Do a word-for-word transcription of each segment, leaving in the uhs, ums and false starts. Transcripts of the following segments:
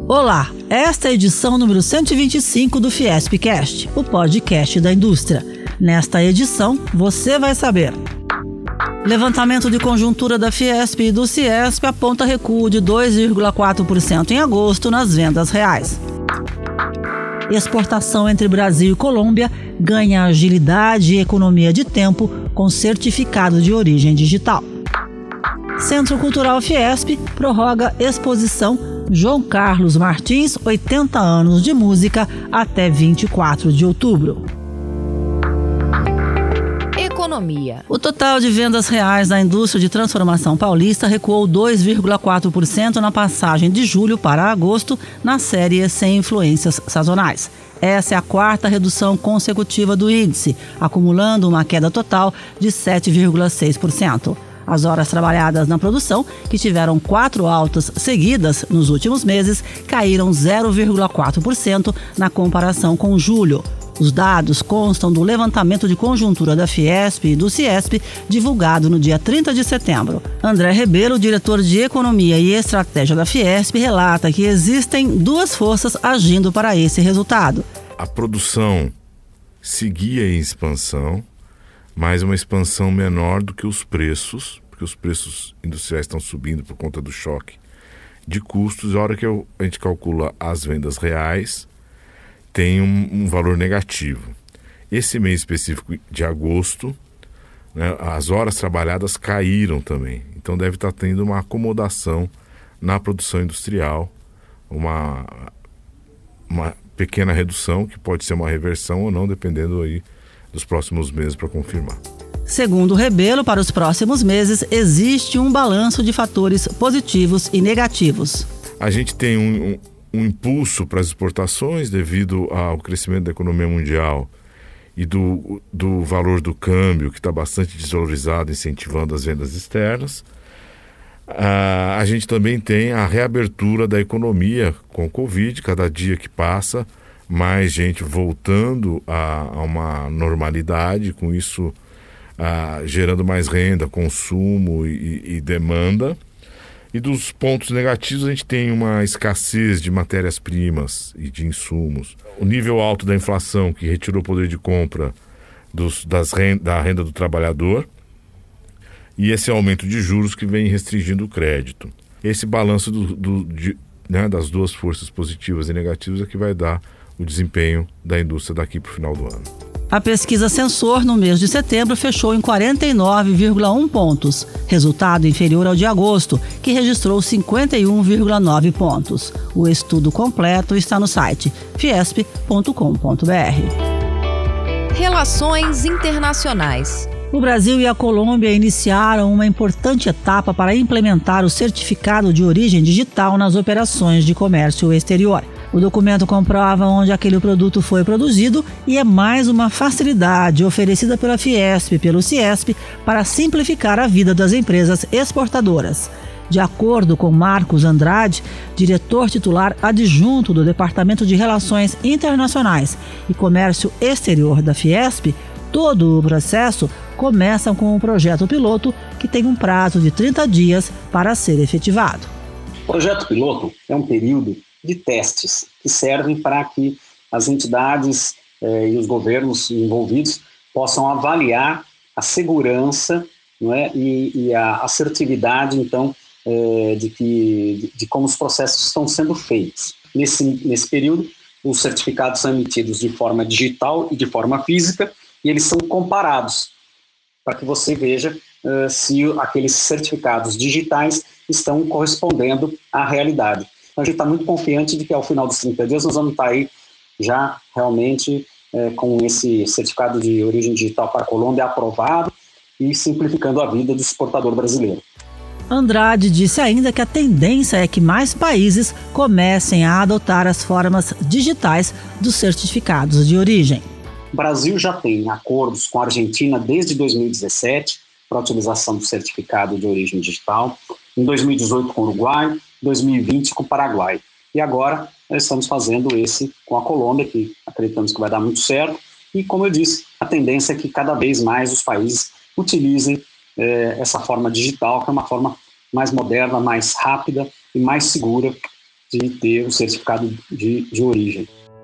Olá, esta é a edição número cento e vinte e cinco do Fiespcast, o podcast da indústria. Nesta edição, você vai saber: levantamento de conjuntura da Fiesp e do Ciesp aponta recuo de dois vírgula quatro por cento em agosto nas vendas reais. Exportação entre Brasil e Colômbia ganha agilidade e economia de tempo com certificado de origem digital. Centro Cultural Fiesp prorroga exposição João Carlos Martins, oitenta anos de música, até vinte e quatro de outubro. Economia. O total de vendas reais da indústria de transformação paulista recuou dois vírgula quatro por cento na passagem de julho para agosto na série sem influências sazonais. Essa é a quarta redução consecutiva do índice, acumulando uma queda total de sete vírgula seis por cento. As horas trabalhadas na produção, que tiveram quatro altas seguidas nos últimos meses, caíram zero vírgula quatro por cento na comparação com julho. Os dados constam do levantamento de conjuntura da Fiesp e do Ciesp, divulgado no dia trinta de setembro. André Rebelo, diretor de Economia e Estratégia da Fiesp, relata que existem duas forças agindo para esse resultado. A produção seguia em expansão, mas uma expansão menor do que os preços, porque os preços industriais estão subindo por conta do choque de custos. A hora que eu, a gente calcula as vendas reais, tem um, um valor negativo. Esse mês específico de agosto, né, as horas trabalhadas caíram também. Então deve estar tendo uma acomodação na produção industrial, uma, uma pequena redução, que pode ser uma reversão ou não, dependendo aí dos próximos meses para confirmar. Segundo Rebelo, para os próximos meses existe um balanço de fatores positivos e negativos. A gente tem um, um, um impulso para as exportações devido ao crescimento da economia mundial e do, do valor do câmbio, que está bastante desvalorizado, incentivando as vendas externas. Ah, a gente também tem a reabertura da economia com o Covid, cada dia que passa, mais gente voltando a, a uma normalidade, com isso ah, gerando mais renda, consumo e, e demanda. E dos pontos negativos, a gente tem uma escassez de matérias-primas e de insumos. O nível alto da inflação, que retirou o poder de compra dos, das renda, da renda do trabalhador, e esse aumento de juros que vem restringindo o crédito. Esse balanço do, do, de, né, das duas forças positivas e negativas é que vai dar o desempenho da indústria daqui para o final do ano. A pesquisa Sensor, no mês de setembro, fechou em quarenta e nove vírgula um pontos, resultado inferior ao de agosto, que registrou cinquenta e um vírgula nove pontos. O estudo completo está no site fiesp ponto com ponto br. Relações internacionais. O Brasil e a Colômbia iniciaram uma importante etapa para implementar o certificado de origem digital nas operações de comércio exterior. O documento comprova onde aquele produto foi produzido e é mais uma facilidade oferecida pela Fiesp e pelo Ciesp para simplificar a vida das empresas exportadoras. De acordo com Marcos Andrade, diretor titular adjunto do Departamento de Relações Internacionais e Comércio Exterior da Fiesp, todo o processo começa com um projeto piloto que tem um prazo de trinta dias para ser efetivado. O projeto piloto é um período de testes que servem para que as entidades eh, e os governos envolvidos possam avaliar a segurança, não é, e, e a assertividade, então, eh, de, que, de, de como os processos estão sendo feitos. Nesse, nesse período, os certificados são emitidos de forma digital e de forma física, e eles são comparados para que você veja uh, se aqueles certificados digitais estão correspondendo à realidade. Então, a gente está muito confiante de que ao final dos trinta dias nós vamos estar aí já realmente uh, com esse certificado de origem digital para a Colômbia aprovado e simplificando a vida do exportador brasileiro. Andrade disse ainda que a tendência é que mais países comecem a adotar as formas digitais dos certificados de origem. O Brasil já tem acordos com a Argentina desde dois mil e dezessete para a utilização do certificado de origem digital, em dois mil e dezoito com o Uruguai, dois mil e vinte com o Paraguai. E agora nós estamos fazendo esse com a Colômbia, que acreditamos que vai dar muito certo. E, como eu disse, a tendência é que cada vez mais os países utilizem eh, essa forma digital, que é uma forma mais moderna, mais rápida e mais segura de ter o certificado de, de origem.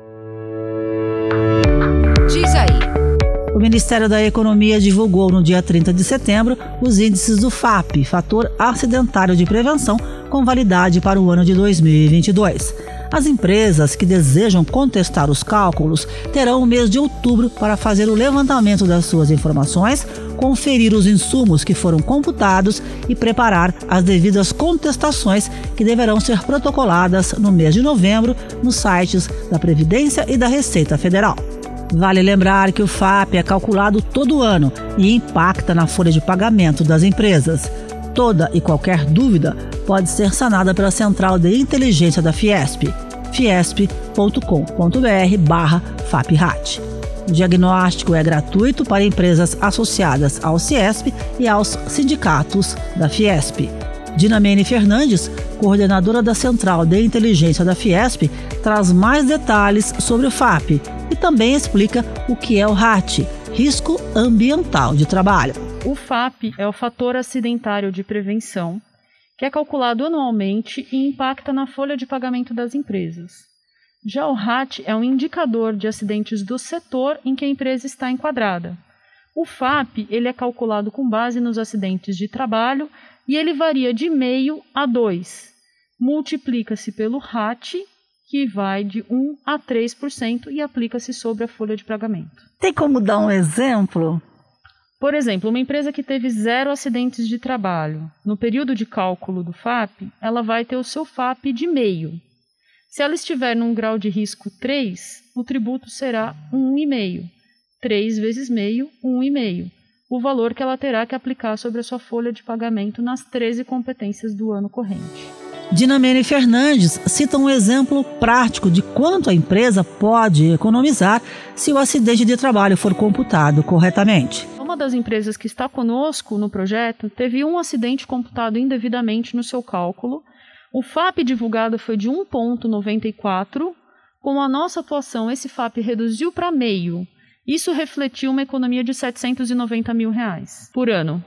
Diz aí. O Ministério da Economia divulgou no dia trinta de setembro os índices do F A P, Fator Acidentário de Prevenção, com validade para o ano de dois mil e vinte e dois. As empresas que desejam contestar os cálculos terão o mês de outubro para fazer o levantamento das suas informações, conferir os insumos que foram computados e preparar as devidas contestações que deverão ser protocoladas no mês de novembro nos sites da Previdência e da Receita Federal. Vale lembrar que o F A P é calculado todo ano e impacta na folha de pagamento das empresas. Toda e qualquer dúvida pode ser sanada pela Central de Inteligência da Fiesp, fiesp ponto com ponto br barra FAPRAT. O diagnóstico é gratuito para empresas associadas ao Ciesp e aos sindicatos da Fiesp. Dinamene Fernandes, coordenadora da Central de Inteligência da Fiesp, traz mais detalhes sobre o F A P e também explica o que é o R A T, Risco Ambiental de Trabalho. O F A P é o Fator Acidentário de Prevenção, que é calculado anualmente e impacta na folha de pagamento das empresas. Já o R A T é um indicador de acidentes do setor em que a empresa está enquadrada. O F A P ele é calculado com base nos acidentes de trabalho e ele varia de meio a dois. Multiplica-se pelo R A T, que vai de um a três por cento e aplica-se sobre a folha de pagamento. Tem como dar um exemplo? Por exemplo, uma empresa que teve zero acidentes de trabalho, no período de cálculo do F A P, ela vai ter o seu F A P de meio. Se ela estiver num grau de risco três, o tributo será um vírgula cinco. três vezes meio, um vírgula cinco. O valor que ela terá que aplicar sobre a sua folha de pagamento nas treze competências do ano corrente. Dinamene Fernandes cita um exemplo prático de quanto a empresa pode economizar se o acidente de trabalho for computado corretamente. Uma das empresas que está conosco no projeto teve um acidente computado indevidamente no seu cálculo. O F A P divulgado foi de um vírgula noventa e quatro. Com a nossa atuação, esse F A P reduziu para meio. Isso refletiu uma economia de setecentos e noventa mil reais por ano.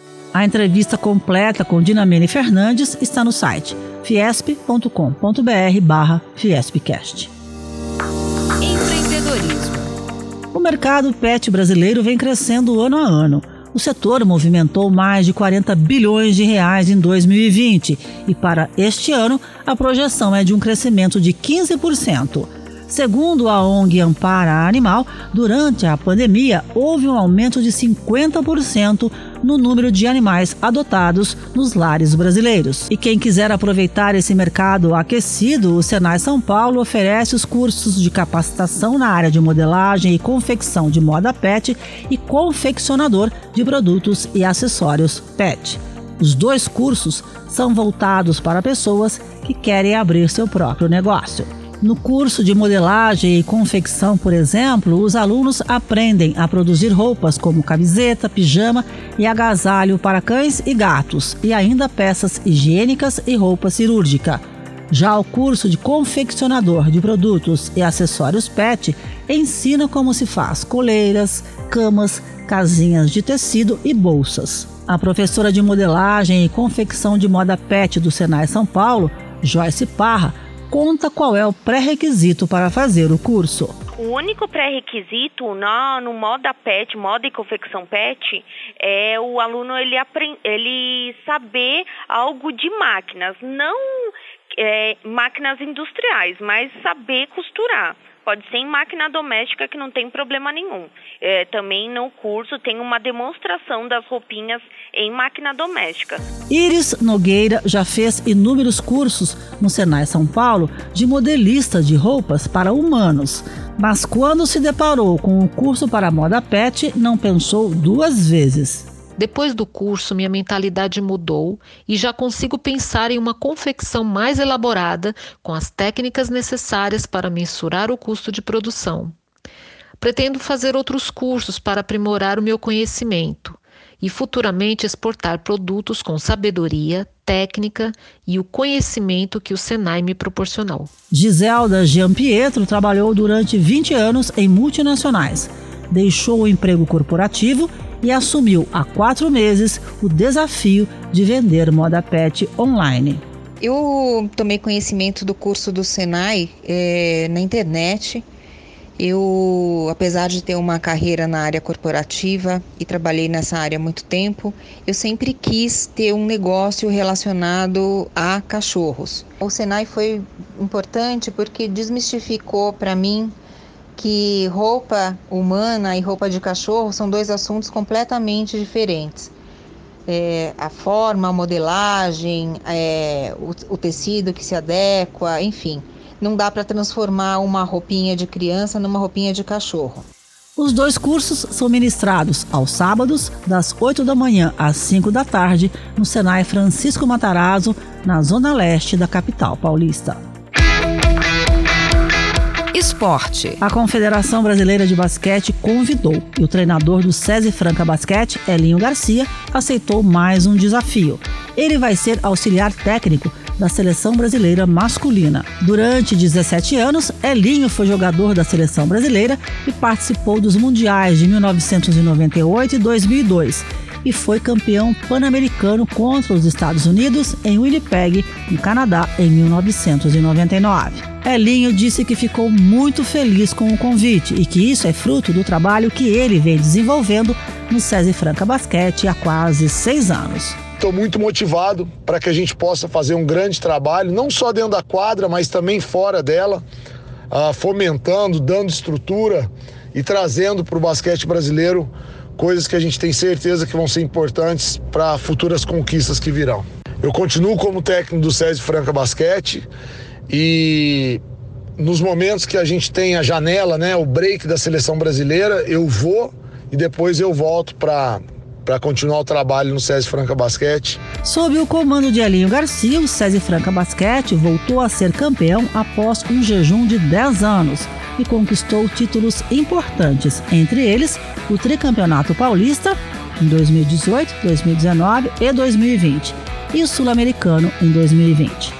A entrevista completa com Dinamene Fernandes está no site fiesp ponto com ponto br barra fiespcast. Empreendedorismo. O mercado pet brasileiro vem crescendo ano a ano. O setor movimentou mais de quarenta bilhões de reais em dois mil e vinte e para este ano a projeção é de um crescimento de quinze por cento. Segundo a O N G Ampara Animal, durante a pandemia houve um aumento de cinquenta por cento no número de animais adotados nos lares brasileiros. E quem quiser aproveitar esse mercado aquecido, o Senai São Paulo oferece os cursos de capacitação na área de modelagem e confecção de moda pet e confeccionador de produtos e acessórios pet. Os dois cursos são voltados para pessoas que querem abrir seu próprio negócio. No curso de modelagem e confecção, por exemplo, os alunos aprendem a produzir roupas como camiseta, pijama e agasalho para cães e gatos, e ainda peças higiênicas e roupa cirúrgica. Já o curso de confeccionador de produtos e acessórios pet ensina como se faz coleiras, camas, casinhas de tecido e bolsas. A professora de modelagem e confecção de moda pet do Senai São Paulo, Joyce Parra, conta qual é o pré-requisito para fazer o curso. O único pré-requisito no, no moda pet, moda e confecção pet, é o aluno ele, aprend, ele saber algo de máquinas, não é, máquinas industriais, mas saber costurar. Pode ser em máquina doméstica que não tem problema nenhum. É, também no curso tem uma demonstração das roupinhas em máquina doméstica. Iris Nogueira já fez inúmeros cursos no Senai São Paulo de modelista de roupas para humanos. Mas quando se deparou com o curso para moda pet, não pensou duas vezes. Depois do curso, minha mentalidade mudou e já consigo pensar em uma confecção mais elaborada com as técnicas necessárias para mensurar o custo de produção. Pretendo fazer outros cursos para aprimorar o meu conhecimento e futuramente exportar produtos com sabedoria, técnica e o conhecimento que o Senai me proporcionou. Giselda Gianpietro trabalhou durante vinte anos em multinacionais. Deixou o emprego corporativo e assumiu há quatro meses o desafio de vender moda pet online. Eu tomei conhecimento do curso do Senai é, na internet. Eu, apesar de ter uma carreira na área corporativa e trabalhei nessa área há muito tempo, eu sempre quis ter um negócio relacionado a cachorros. O Senai foi importante porque desmistificou para mim que roupa humana e roupa de cachorro são dois assuntos completamente diferentes. É, a forma, a modelagem, é, o, o tecido que se adequa, enfim. Não dá para transformar uma roupinha de criança numa roupinha de cachorro. Os dois cursos são ministrados aos sábados, das oito da manhã às cinco da tarde, no Senai Francisco Matarazzo, na zona leste da capital paulista. Esporte. A Confederação Brasileira de Basquete convidou e o treinador do SESI Franca Basquete, Elinho Garcia, aceitou mais um desafio. Ele vai ser auxiliar técnico da seleção brasileira masculina. Durante dezessete anos, Elinho foi jogador da seleção brasileira e participou dos mundiais de mil novecentos e noventa e oito e dois mil e dois e foi campeão pan-americano contra os Estados Unidos em Winnipeg, no Canadá, em mil novecentos e noventa e nove. Elinho disse que ficou muito feliz com o convite e que isso é fruto do trabalho que ele vem desenvolvendo no SESI Franca Basquete há quase seis anos. Estou muito motivado para que a gente possa fazer um grande trabalho, não só dentro da quadra, mas também fora dela, uh, fomentando, dando estrutura e trazendo para o basquete brasileiro coisas que a gente tem certeza que vão ser importantes para futuras conquistas que virão. Eu continuo como técnico do SESI Franca Basquete e nos momentos que a gente tem a janela, né, o break da seleção brasileira, eu vou e depois eu volto para para continuar o trabalho no SESI Franca Basquete. Sob o comando de Elinho Garcia, o SESI Franca Basquete voltou a ser campeão após um jejum de dez anos e conquistou títulos importantes, entre eles o tricampeonato paulista em dois mil e dezoito, dois mil e dezenove e dois mil e vinte e o sul-americano em dois mil e vinte.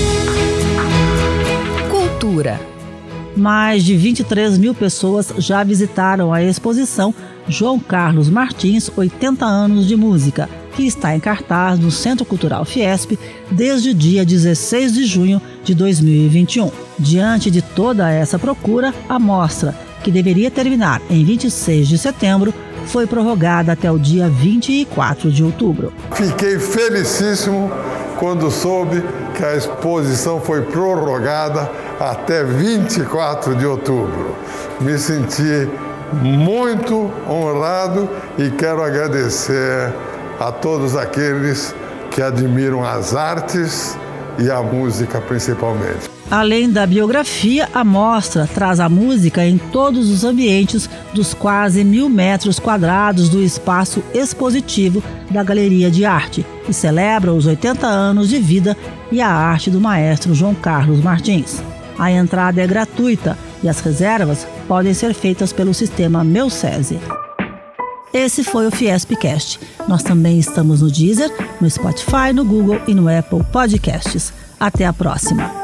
Cultura. Mais de vinte e três mil pessoas já visitaram a exposição João Carlos Martins, oitenta anos de música, que está em cartaz no Centro Cultural Fiesp desde o dia dezesseis de junho de dois mil e vinte e um. Diante de toda essa procura, a mostra, que deveria terminar em vinte e seis de setembro, foi prorrogada até o dia vinte e quatro de outubro. Fiquei felicíssimo quando soube que a exposição foi prorrogada até vinte e quatro de outubro. Me senti muito honrado e quero agradecer a todos aqueles que admiram as artes e a música principalmente. Além da biografia, a mostra traz a música em todos os ambientes dos quase mil metros quadrados do espaço expositivo da Galeria de Arte, que celebra os oitenta anos de vida e a arte do maestro João Carlos Martins. A entrada é gratuita e as reservas podem ser feitas pelo sistema Meu SESI. Esse foi o Fiespcast. Nós também estamos no Deezer, no Spotify, no Google e no Apple Podcasts. Até a próxima!